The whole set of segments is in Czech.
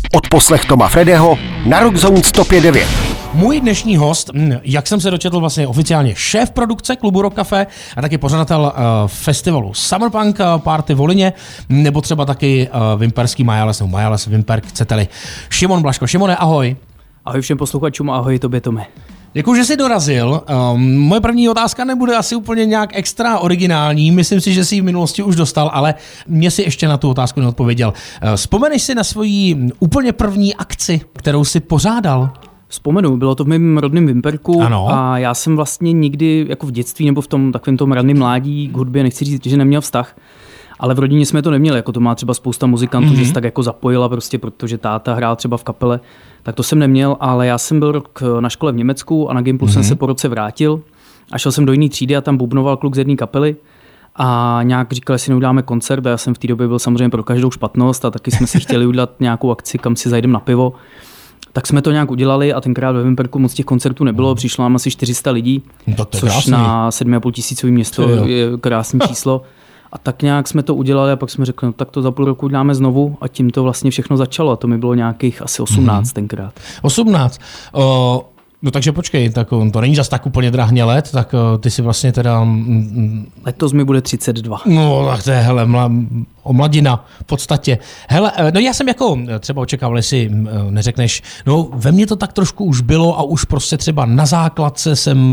Odposlech Toma Fredeho na Rock Zone 105.9. Můj dnešní host, jak jsem se dočetl, vlastně oficiálně šéf produkce klubu Rock Café a taky pořadatel festivalu Summer Punk Party v Olině, nebo třeba taky Vimperský Majales, nebo Majales Vimper, chcete-li. Šimon Blaško. Šimone, ahoj. Ahoj všem posluchačům, ahoj tobě, Tome. Děkuji, že jsi dorazil. Moje první otázka nebude asi úplně nějak extra originální, myslím si, že jsi ji v minulosti už dostal, ale mě si ještě na tu otázku neodpověděl. Vzpomeneš si na svoji úplně první akci, kterou jsi pořádal? Vzpomenu, bylo to v mém rodném Vimperku. Ano. A já jsem vlastně nikdy jako v dětství nebo v tom takovém tom raném mládí k hudbě, nechci říct, že neměl vztah, ale v rodině jsme to neměli, jako to má třeba spousta muzikantů, že se tak jako zapojila prostě, protože táta hrál třeba v kapele, tak to jsem neměl, ale já jsem byl rok na škole v Německu a na Gimplu jsem se po roce vrátil a šel jsem do jiné třídy a tam bubnoval kluk z jedné kapely a nějak říkal, jestli neuděláme koncert a já jsem v té době byl samozřejmě pro každou špatnost a taky jsme si chtěli udělat nějakou akci, kam si zajdeme na pivo. Tak jsme to nějak udělali a tenkrát ve Vimperku moc těch koncertů nebylo, přišlo nám asi 400 lidí, což na 7,5 tisícový město je krásné číslo. A tak nějak jsme to udělali a pak jsme řekli, no tak to za půl roku uděláme znovu a tím to vlastně všechno začalo. A to mi bylo nějakých asi 18 tenkrát. 18. No takže počkej, tak to není zas tak úplně drahně let, tak ty si vlastně teda... Letos mi bude 32. No tak to je, hele, mladina v podstatě. Hele, no já jsem jako třeba očekával, jestli neřekneš, no ve mně to tak trošku už bylo a už prostě třeba na základce jsem,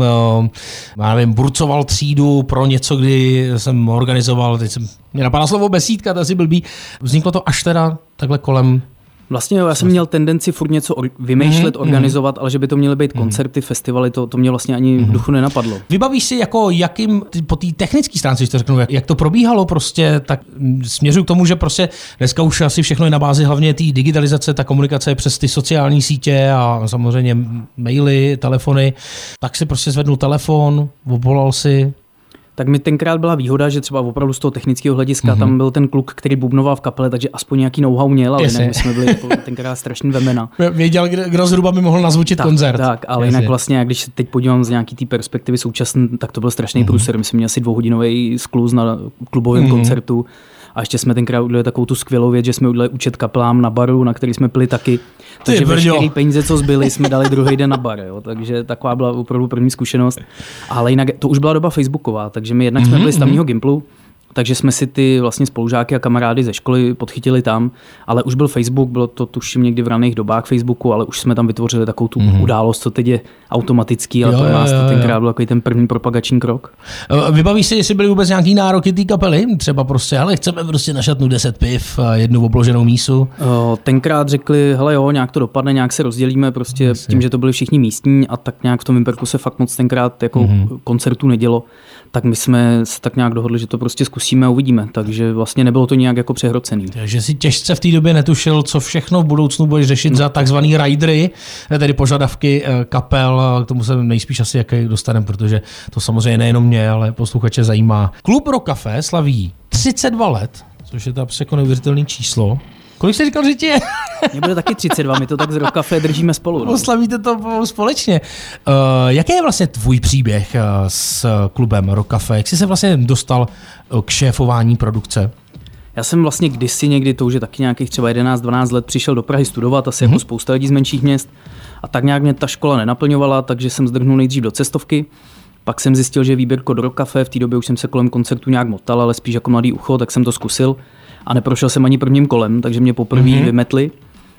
já nevím, burcoval třídu pro něco, kdy jsem organizoval, teď mě napadá slovo besídka, to asi blbý, vzniklo to až teda takhle kolem... Vlastně já jsem měl tendenci furt něco vymýšlet, organizovat, ale že by to měly být koncerty, festivaly, to mě vlastně ani v duchu nenapadlo. Vybavíš si, jako jakým, po té technické stránce, když to řeknu, jak to probíhalo prostě, tak směřuju k tomu, že prostě dneska už asi všechno je na bázi hlavně té digitalizace, ta komunikace přes ty sociální sítě a samozřejmě maily, telefony, tak si prostě zvednul telefon, obvolal si. Tak mi tenkrát byla výhoda, že třeba opravdu z toho technického hlediska tam byl ten kluk, který bubnoval v kapele, takže aspoň nějaký know-how měl, ale jinak my jsme byli jako tenkrát strašný vemena. Věděl, kdo zhruba by mohl nazvučit koncert. Tak, ale jinak vlastně, když se teď podívám z nějaký té perspektivy současné, tak to byl strašný průser. My jsme měli asi 2hodinový skluz na klubovém koncertu. A ještě jsme tenkrát udělali takovou tu skvělou věc, že jsme udělali účet kapelám na baru, na který jsme pili taky. Takže veškerý peníze, co zbyly, jsme dali druhý den na bar. Jo. Takže taková byla opravdu první zkušenost. Ale jinak to už byla doba facebooková, takže my jednak jsme byli z tamního Gimplu, takže jsme si ty vlastně spolužáky a kamarády ze školy podchytili tam, ale už byl Facebook, bylo to tuším někdy v raných dobách Facebooku, ale už jsme tam vytvořili takovou tu událost, co teď je automatický, ale pro nás to tenkrát byl takový ten první propagační krok. Vybavíš si, jestli byly vůbec nějaký nároky té kapely? Třeba prostě, ale chceme prostě na šatnu 10 piv a jednu obloženou mísu. Tenkrát řekli, hele jo, nějak to dopadne, nějak se rozdělíme, prostě tím, že to byli všichni místní a tak nějak v tom Vimperku se fakt moc tenkrát jako koncertů nedělo, tak my jsme se tak nějak dohodli, že to prostě zkusíme a uvidíme, takže vlastně nebylo to nějak jako přehrocený. Takže si těžce v té době netušil, co všechno v budoucnu budeš řešit za takzvaný ridery, tedy požadavky kapel, k tomu se nejspíš asi jaký dostaneme, protože to samozřejmě nejenom mě, ale posluchače zajímá. Klub Rock Café slaví 32 let, což je to jako neuvěřitelné číslo. Kolik jsi říkal, že ti je? Mně bude taky 32, my to tak z Rock Café držíme spolu. No. Oslavíte to společně. Jaký je vlastně tvůj příběh s klubem Rock Café? Jak jsi se vlastně dostal k šéfování produkce? Já jsem vlastně kdysi někdy, to už je taky nějakých třeba 11-12 let, přišel do Prahy studovat, asi jako spousta lidí z menších měst. A tak nějak mě ta škola nenaplňovala, takže jsem zdrhnul nejdřív do cestovky. Pak jsem zjistil, že výběrko do Rock Café, v té době už jsem se kolem koncertu nějak motal, ale spíš jako mladý ucho, tak jsem to zkusil. A neprošel jsem ani prvním kolem, takže mě poprvé vymetli.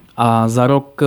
A za rok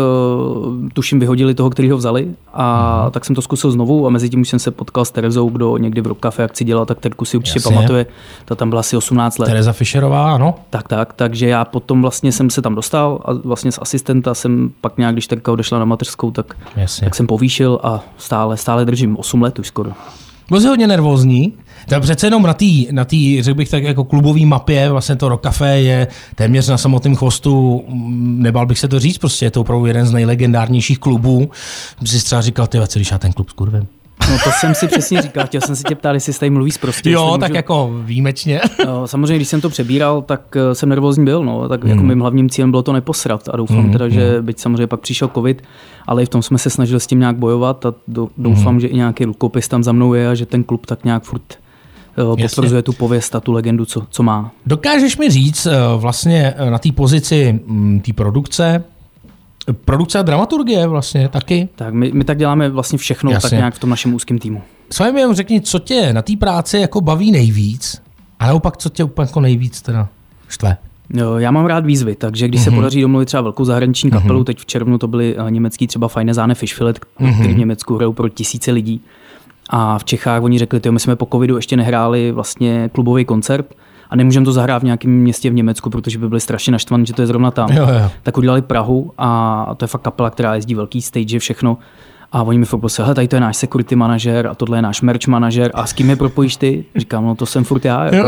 tuším vyhodili toho, který ho vzali. A tak jsem to zkusil znovu a mezi tím už jsem se potkal s Terezou, kdo někdy v Rock Café akci dělal, tak Terku si určitě pamatuje. Ta tam byla asi 18 let. Tereza Fischerová, ano. Takže já potom vlastně jsem se tam dostal a vlastně z asistenta jsem pak nějak, když Terka odešla na mateřskou, tak jsem povýšil a stále držím 8 let už skoro. Byl jsi hodně nervózní. To přece jenom na té, řekl bych tak jako klubový mapě, vlastně to Rock Café je téměř na samotném chvostu, nebál bych se to říct, prostě je to opravdu jeden z nejlegendárnějších klubů. Jsi třeba říkal, ty co když já ten klub s kurvem. No to jsem si přesně říkal, chtěl jsem se tě ptát, jestli tady mluvíš prostě. Jo, tak jako výjimečně. No, samozřejmě, když jsem to přebíral, tak jsem nervózní byl, no, tak jako mým hlavním cílem bylo to neposrat a doufám teda, že byť samozřejmě pak přišel covid, ale i v tom jsme se snažili s tím nějak bojovat a doufám, že i nějaký rukopis tam za mnou je a že ten klub tak nějak furt potvrzuje tu pověst a tu legendu, co má. Dokážeš mi říct vlastně na té pozici té produkce, Produkce a dramaturgie vlastně taky. Tak my tak děláme vlastně všechno. Jasně. Tak nějak v tom našem úzkém týmu. S vámi jen řekni, co tě na té práci jako baví nejvíc, a naopak, co tě úplně jako nejvíc teda štve? Jo, já mám rád výzvy, takže když se podaří domluvit třeba velkou zahraniční kapelu, teď v červnu to byly německý třeba Feine Sahne Fischfilet, který v Německu hrajou pro tisíce lidí. A v Čechách oni řekli, my jsme po covidu ještě nehráli vlastně klubový koncert a nemůžeme to zahrát v nějakém městě v Německu, protože by byli strašně naštvaní, že to je zrovna tam. Jo. Tak udělali Prahu a to je fakt kapela, která jezdí velký stage, všechno. A oni mi furt prosili, hele, tady to je náš security manažer a tohle je náš merch manažer a s kým je propojíš ty? Říkám, no to jsem furt já. Jako.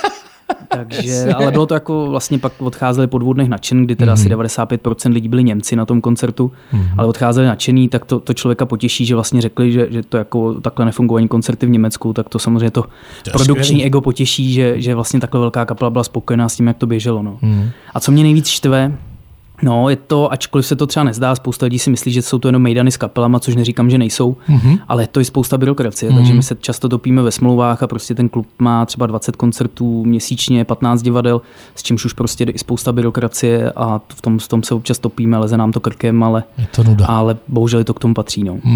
Takže, ale bylo to jako vlastně pak odcházeli po 2 dnech nadšen, kdy teda asi 95% lidí byli Němci na tom koncertu, ale odcházeli nadšený, tak to člověka potěší, že vlastně řekli, že to jako takhle nefungují koncerty v Německu, tak to samozřejmě to produkční ego potěší, že vlastně takhle velká kapela byla spokojená s tím, jak to běželo. No. A co mě nejvíc štve, no, je to, ačkoliv se to třeba nezdá, spousta lidí si myslí, že jsou to jenom mejdany s kapelama, což neříkám, že nejsou, ale je to i spousta byrokracie, takže my se často topíme ve smlouvách a prostě ten klub má třeba 20 koncertů měsíčně, 15 divadel, s čímž už prostě jde i spousta byrokracie a v tom se občas topíme, leze nám to krkem, ale je to nuda. Ale bohužel to k tomu patří. No.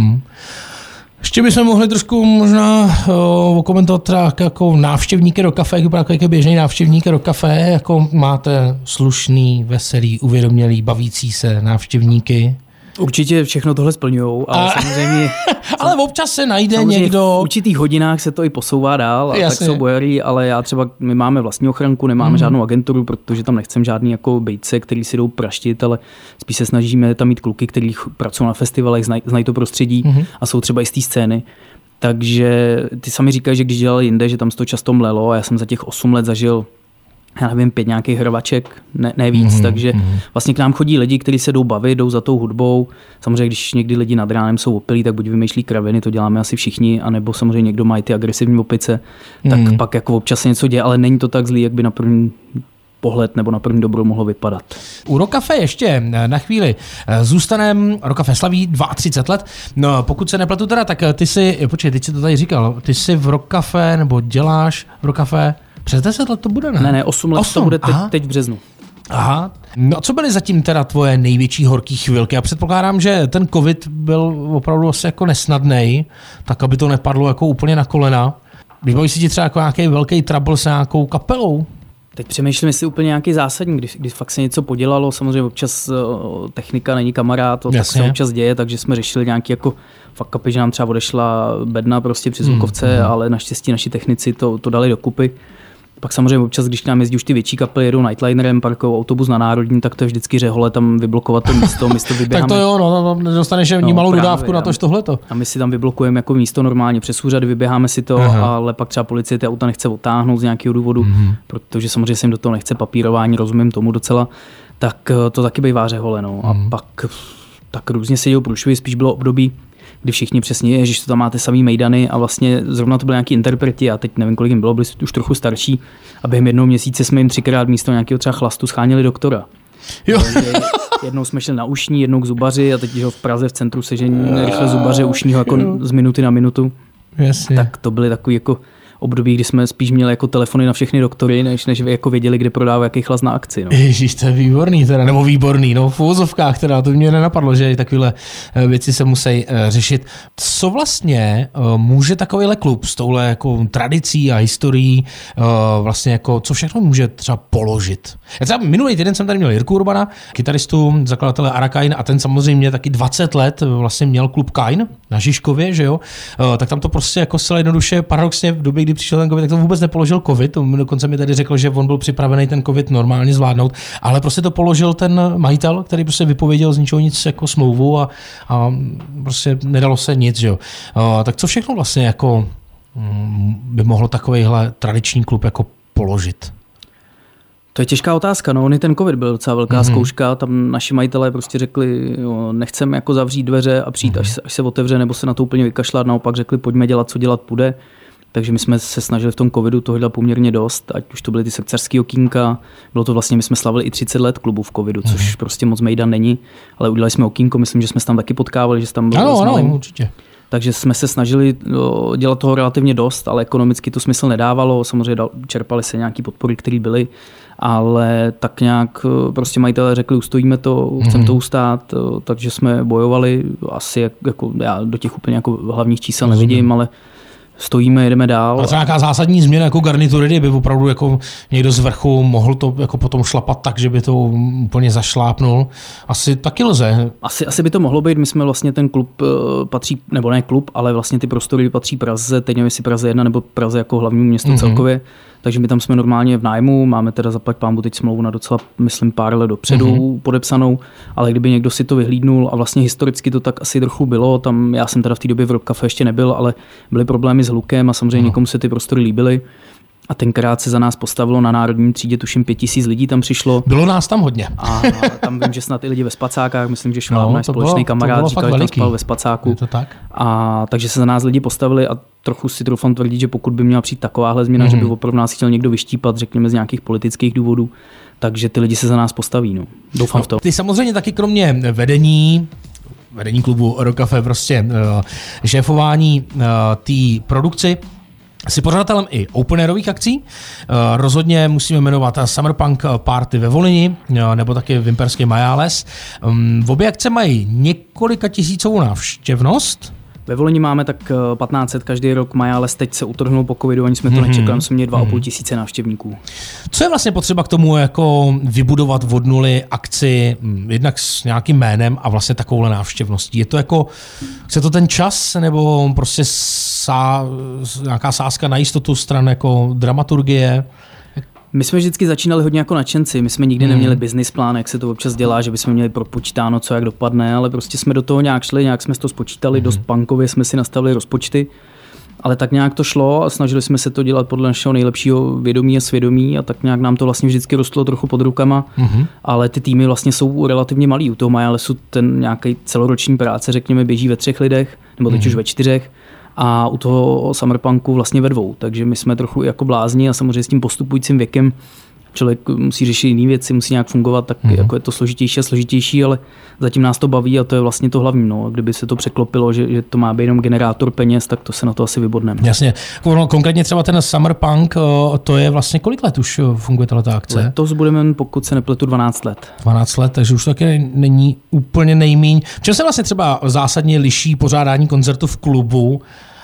Ještě bychom mohli trošku možná okomentovat třeba jako návštěvníky do kafe, jako běžný návštěvníky do kafe, jako máte slušný, veselý, uvědomělý, bavící se návštěvníky. Určitě všechno tohle splňujou, ale samozřejmě... ale občas se najde někdo... V určitých hodinách se to i posouvá dál, a tak jsou bojarí, ale my máme vlastní ochranku, nemáme žádnou agenturu, protože tam nechcem žádný jako bejtce, který si jdou praštit, ale spíš se snažíme tam mít kluky, kteří pracují na festivalech, znají to prostředí a jsou třeba i z té scény. Takže ty sami říkají, že když dělali jinde, že tam se to často mlelo a já jsem za těch 8 let zažil 5 nějakých hrvaček, ne víc, takže vlastně k nám chodí lidi, kteří se jdou bavit, jdou za tou hudbou. Samozřejmě, když někdy lidi nad ránem jsou opilí, tak buď vymýšlí kraviny, to děláme asi všichni, anebo samozřejmě někdo má ty agresivní opice, tak pak jako občas se něco děje, ale není to tak zlý, jak by na první pohled nebo na první dobro mohlo vypadat. U Rock Café ještě na chvíli zůstanem. Rock Café slaví 32 let. No, pokud se nepletu teda, tak ty si, teď si to tady říkal, ty si v Rock Café nebo děláš v Rock Café přes 10 let to bude, ne? Ne, 8 let 8. To bude teď v březnu. Aha. No a co byly zatím teda tvoje největší horký chvilky? Já předpokládám, že ten covid byl opravdu asi jako nesnadnej, tak aby to nepadlo jako úplně na kolena. Vybavíš si ti třeba jako nějaký velký trouble s nějakou kapelou? Teď přemýšlím, jestli úplně nějaký zásadní, když fakt se něco podělalo, samozřejmě občas technika není kamarád, tak se občas děje, takže jsme řešili nějaký jako fuck upy, že nám třeba odešla bedna prostě při zvukovce, ale naštěstí naši technici to dali dokupy. Pak samozřejmě občas, když k nám jezdí už ty větší kapely, jedou Nightlinerem, parkou autobus na Národní, tak to je vždycky řehole tam vyblokovat to místo vyběháme. Tak to jo, no dostaneš ani malou dodávku na tohleto. A my si tam vyblokujeme jako místo normálně přes úřady, vyběháme si to, ale pak třeba policie ty auta nechce otáhnout z nějakého důvodu, protože samozřejmě se jim do toho nechce papírování, rozumím tomu docela, tak to taky bývá řehole. No. A pak tak různě se dějou průšvy, spíš bylo období, kdy všichni přesně, že to tam máte samý mejdany a vlastně zrovna to byly nějaký interpreti a teď nevím, kolik jim bylo, byli už trochu starší a během 1 měsíce jsme jim 3krát místo nějakého třeba chlastu scháněli doktora. Jo. Jednou jsme šli na ušní, jednou k zubaři a teď v Praze v centru sežení rychle zubaře ušního jako z minuty na minutu. Jasně. Tak to byly takový jako období, kdy jsme spíš měli jako telefony na všechny doktory, než jako věděli, kde prodávají jaký chlast na akci. No. Ježíš, to je výborný teda, nebo výborný, no v uvozovkách teda, to mě nenapadlo, že takovéhle věci se musí řešit. Co vlastně může takovýhle klub s touhle jako tradicí a historií vlastně jako, co všechno může třeba položit? Já třeba minulý týden jsem tady měl Jirku Urbana, kytaristu, zakladatele Arakain a ten samozřejmě taky 20 let vlastně měl klub Kain na Žižkově, že jo, tak tam to prostě jako zcela jednoduše paradoxně v době, kdy přišel ten covid, tak to vůbec nepoložil covid. Dokonce mi tady řekl, že on byl připravený ten covid normálně zvládnout, ale prostě to položil ten majitel, který prostě vypověděl z ničeho nic jako smlouvu a prostě nedalo se nic, že jo. Tak co všechno vlastně jako by mohlo takovejhle tradiční klub jako položit? To je těžká otázka, no, ten covid byl docela velká zkouška, tam naši majitelé prostě řekli, jo, nechceme jako zavřít dveře a přijít, až se otevře, nebo se na to úplně vykašlat, naopak řekli, pojďme dělat, co dělat půjde. Takže my jsme se snažili v tom covidu toho dělat poměrně dost, ať už to byly ty srdcařský okýnka, bylo to vlastně, my jsme slavili i 30 let klubu v covidu, což prostě moc mejdan není, ale udělali jsme okýnko, myslím, že jsme se tam taky potkávali, že se tam bylo ano, určitě. Takže jsme se snažili dělat toho relativně dost, ale ekonomicky to smysl nedávalo, samozřejmě čerpali se nějaký podpory, které byly ale tak nějak prostě majitelé řekli, ustojíme to, chceme to ustát, takže jsme bojovali, asi jako já do těch úplně jako hlavních čísel nevidím, ale stojíme, jedeme dál. A třeba nějaká zásadní změna jako garnitury, kdyby opravdu jako někdo z vrchu mohl to jako potom šlapat tak, že by to úplně zašlápnul. Asi taky lze. Asi by to mohlo být. My jsme vlastně ten klub patří, nebo ne klub, ale vlastně ty prostory patří Praze, teď nevím, jestli Praze 1 nebo Praze jako hlavní město celkově. Takže my tam jsme normálně v nájmu, máme teda zaplať pánbu teď smlouvu na docela, myslím, pár let dopředu podepsanou, ale kdyby někdo si to vyhlídnul a vlastně historicky to tak asi trochu bylo, tam já jsem teda v té době v Rock Café ještě nebyl, ale byly problémy s hlukem a samozřejmě někomu se ty prostory líbily. A tenkrát se za nás postavilo na Národní třídě, tuším 5000 lidí tam přišlo. Bylo nás tam hodně. A tam vím, že snad i lidi ve spacákách, myslím, že Šváb, náš společný kamarád, říkal, že tam spal ve spacáku. Tak? A takže se za nás lidi postavili a trochu si troufám tvrdit, že pokud by měla přijít takováhle změna, že by opravdu nás chtěl někdo vyštípat, řekněme z nějakých politických důvodů, takže ty lidi se za nás postaví. No. Doufám v to. Ty samozřejmě taky kromě vedení klubu Rock Café, prostě šéfování té produkci, jsi pořadatelem i open-airových akcí. Rozhodně musíme jmenovat Summer Punk Party ve Volyni, nebo taky Vimperský Majales. V obě akce mají několika tisícovou návštěvnost. Ve Volyni máme tak 1500 každý rok, Majales teď se utrhnul po covidu, ani jsme to nečekali, jsme měli 2,5 tisíce návštěvníků. Co je vlastně potřeba k tomu jako vybudovat od nuly akci jednak s nějakým jménem a vlastně takovouhle návštěvností? Je to jako, chce to ten čas nebo prostě nějaká sázka na jistotu stran jako dramaturgie? My jsme vždycky začínali hodně jako nadšenci, my jsme nikdy neměli business plán, jak se to občas dělá, že bychom měli propočítáno, co jak dopadne, ale prostě jsme do toho nějak šli, nějak jsme to spočítali, dost punkově jsme si nastavili rozpočty, ale tak nějak to šlo a snažili jsme se to dělat podle našeho nejlepšího vědomí a svědomí a tak nějak nám to vlastně vždycky rostlo trochu pod rukama, ale ty týmy vlastně jsou relativně malý. U toho Majalesu ten nějaký celoroční práce, řekněme, běží ve 3 lidech, nebo teď už ve 4. A u toho Summerpunku vlastně ve 2. Takže my jsme trochu jako blázni a samozřejmě s tím postupujícím věkem člověk musí řešit jiné věci, musí nějak fungovat, tak jako je to složitější a složitější, ale zatím nás to baví a to je vlastně to hlavní. No. Kdyby se to překlopilo, že to má být jenom generátor peněz, tak to se na to asi vybodneme. Jasně. Konkrétně třeba ten Summerpunk, to je vlastně kolik let už funguje tato akce? Letos budeme, pokud se nepletu, 12 let. 12 let, takže už to taky není úplně nejmíň. V čem se vlastně třeba zásadně liší pořádání koncertu v klubu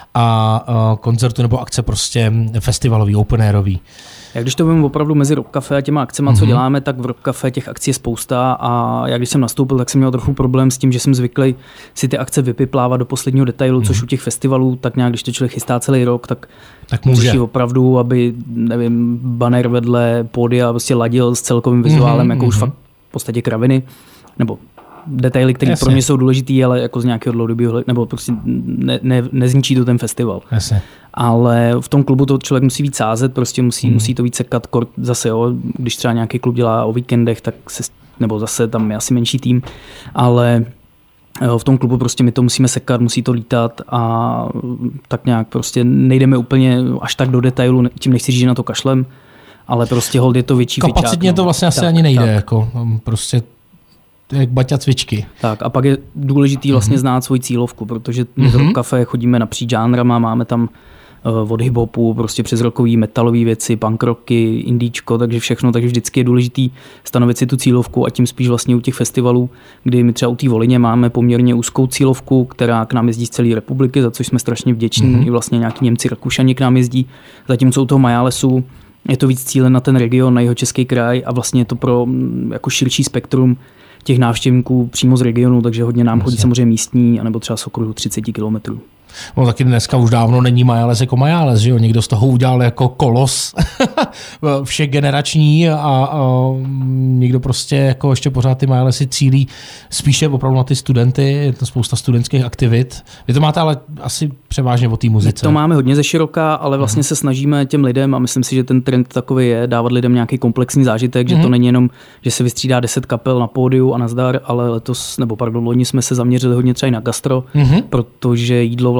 a koncertu nebo akce prostě festivalový, open-airový? Jak když to budeme opravdu mezi Rock Café a těma akcema, co děláme, tak v Rock Café těch akcí je spousta a jak když jsem nastoupil, tak jsem měl trochu problém s tím, že jsem zvyklý si ty akce vypiplávat do posledního detailu, což u těch festivalů, tak nějak když to člověk chystá celý rok, tak může opravdu, aby nevím, banner vedle pódia prostě ladil s celkovým vizuálem, jako už fakt v podstatě kraviny, nebo detaily, které pro mě jsou důležitý, ale jako z nějakého dlouhodobého, nebo prostě nezničí to ten festival. Jasně. Ale v tom klubu to člověk musí víc sázet, prostě musí to víc sekat, zase jo, když třeba nějaký klub dělá o víkendech, tak nebo zase tam je asi menší tým, ale v tom klubu prostě my to musíme sekat, musí to lítat a tak nějak prostě nejdeme úplně až tak do detailu, tím nechci říct, že na to kašlem, ale prostě hold je to větší fičák. Kapacitně to vlastně asi ani nejde, jako prostě jak baťa cvičky. Tak a pak je důležitý vlastně znát svoji cílovku, protože my v Rock Café chodíme napříč žánrama, máme tam od hip-hopu, prostě přes rockový, metalový věci, punk rocky, indíčko, takže všechno, takže vždycky je důležitý stanovit si tu cílovku a tím spíš vlastně u těch festivalů, kdy my třeba u té Volyně máme poměrně úzkou cílovku, která k nám jezdí z celé republiky, za což jsme strašně vděční, i vlastně nějaký Němci, Rakušani k nám jezdí, zatímco u toho Majalesu je to víc cílen na ten region, na Jihočeský kraj a vlastně je to pro jako širší spektrum těch návštěvníků přímo z regionu, takže hodně nám chodí samozřejmě místní, anebo třeba z okruhu 30 kilometrů. No taky dneska už dávno není Majales jako Majales, že jo? Někdo z toho udělal jako kolos všech generační a někdo prostě jako ještě pořád ty Majalesy cílí spíše opravdu na ty studenty, je to spousta studentských aktivit. Vy to máte ale asi převážně o té muzice. My to máme hodně ze široka, ale vlastně se snažíme těm lidem, a myslím si, že ten trend takový je, dávat lidem nějaký komplexní zážitek, že to není jenom, že se vystřídá 10 kapel na pódiu a nazdar, ale loni jsme se zaměřili hodně třeba i na gastro, protože jídlo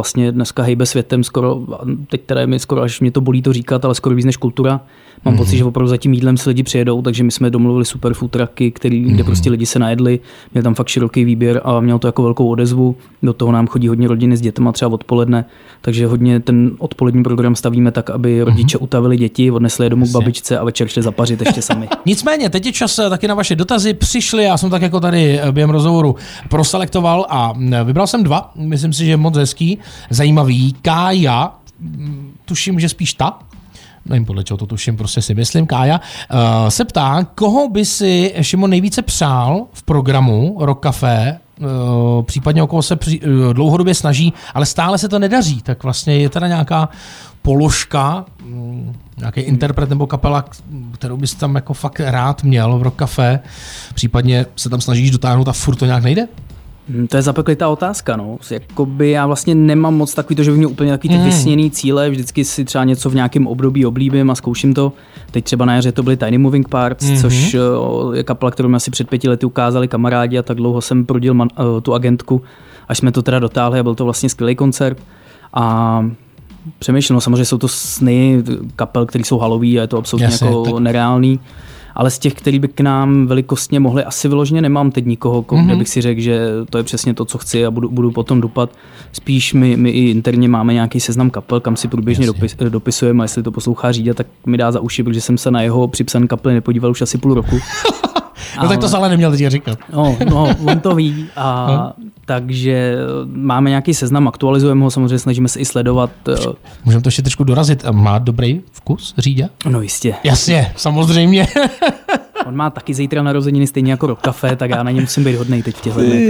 vlastně dneska hejbe světem skoro, teď teda mi skoro, až mě to bolí to říkat, ale skoro víc než kultura. Mám pocit, že opravdu za tím jídlem se lidi přijedou, takže my jsme domluvili super food trucky, kde prostě lidi se najedli, měl tam fakt široký výběr a měl to jako velkou odezvu. Do toho nám chodí hodně rodiny s dětma třeba odpoledne, takže hodně ten odpolední program stavíme tak, aby rodiče utavili děti, odnesli je domů k babičce a večer šli zapařit ještě sami. Nicméně, teď je čas taky na vaše dotazy. Přišli, já jsem tak jako tady během rozhovoru proselektoval a vybral jsem 2, myslím si, že je moc hezký, zajímavý. Kája, tuším, že spíš ta, nevím podle čeho to tuším, prostě si myslím, Kája, se ptá, koho by si Šimon nejvíce přál v programu Rock Café, případně o koho se dlouhodobě snaží, ale stále se to nedaří, tak vlastně je teda nějaká položka, nějaký interpret nebo kapela, kterou bys tam jako fakt rád měl v Rock Café, případně se tam snažíš dotáhnout a furt to nějak nejde? To je zapeklitá otázka, no. Jakoby já vlastně nemám moc takový to, že bych měl úplně takový ty vysněný cíle, vždycky si třeba něco v nějakém období oblíbím a zkouším to. Teď třeba na jaře to byly Tiny Moving Parts, což je kapela, kterou mi asi před 5 lety ukázali kamarádi a tak dlouho jsem prodil tu agentku, až jsme to teda dotáhli a byl to vlastně skvělý koncert. A přemýšlím, no, samozřejmě jsou to sny kapel, které jsou halový a je to absolutně jako nereálný. Ale z těch, který by k nám velikostně mohli, asi vyloženě nemám teď nikoho, kde bych si řekl, že to je přesně to, co chci a budu potom dupat. Spíš my i interně máme nějaký seznam kapel, kam si průběžně dopisujeme a jestli to poslouchá Říďa, tak mi dá za uši, protože jsem se na jeho připsaný kapely nepodíval už asi půl roku. No tak to se ale neměl teď říkat. No, on to ví. Takže máme nějaký seznam, aktualizujeme ho, samozřejmě snažíme se i sledovat. Můžeme to ještě trošku dorazit. Má dobrý vkus Říďa? No jistě. Jasně, samozřejmě. On má taky zítra narozeniny stejně jako Rock Café, tak já na něm musím být hodnej teď v těchto dnech.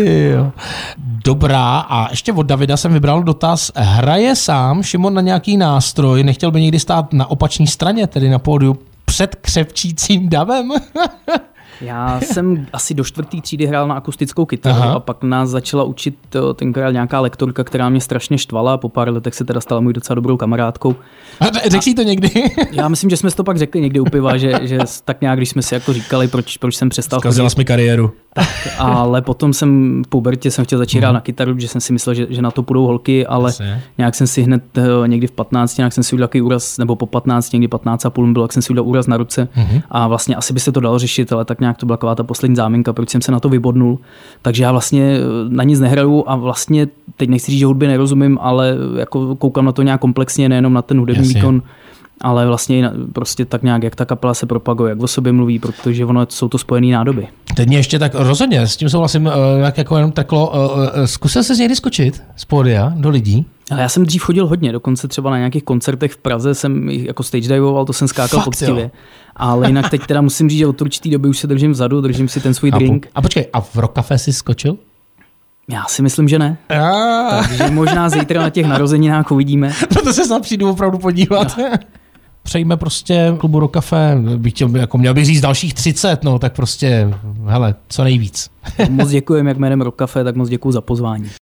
Dobrá, a ještě od Davida jsem vybral dotaz. Hraje sám Šimon na nějaký nástroj? Nechtěl by někdy stát na opačné straně, tedy na pódiu před křepčícím davem? Já jsem asi do 4. třídy hrál na akustickou kytaru a pak nás začala učit tenkrát nějaká lektorka, která mě strašně štvala a po pár letech se teda stala můj docela dobrou kamarádkou. Řekl jsi to někdy? Já myslím, že jsme si to pak řekli někdy u piva, že tak nějak, když jsme si jako říkali, proč jsem přestal chodit. Zkazila jsi mi kariéru. Tak, ale potom jsem v pubertě jsem chtěl začít hrát na kytaru, že jsem si myslel, že na to půjdou holky, ale nějak jsem si hned někdy v 15, nějak jsem si udělal takový úraz, nebo po 15, někdy 15 a půl bylo, jak jsem si udělal úraz na ruce a vlastně asi by se to dalo řešit, ale tak nějak to byla taková ta poslední záminka, proč jsem se na to vybodnul. Takže já vlastně na nic nehraju a vlastně teď nechci říct, že hudbě nerozumím, ale jako koukám na to nějak komplexně, nejenom na ten hudební výkon, ale vlastně prostě tak nějak, jak ta kapela se propaguje, jak o sobě mluví, protože ono jsou to spojené nádoby. Teď mě ještě tak rozhodně, s tím souhlasím, jak jako jenom taklo. Zkusil jsi někdy skočit z pódia do lidí? Ale já jsem dřív chodil hodně, dokonce třeba na nějakých koncertech v Praze jsem jako stage divoval, to jsem skákal poctivě. Ale jinak teď teda musím říct, že od určitý doby už se držím vzadu, držím si ten svůj drink. A počkej, a v Rock Café jsi skočil? Já si myslím, že ne. Takže možná zítra na těch narozeninách uvidíme. To se snad přijdu opravdu podívat. Přejme prostě klubu Rock Café, měl bych říct dalších 30, no tak prostě, hele, co nejvíc. Moc děkujeme jak jménem Rock Café, tak moc děkuju za pozvání.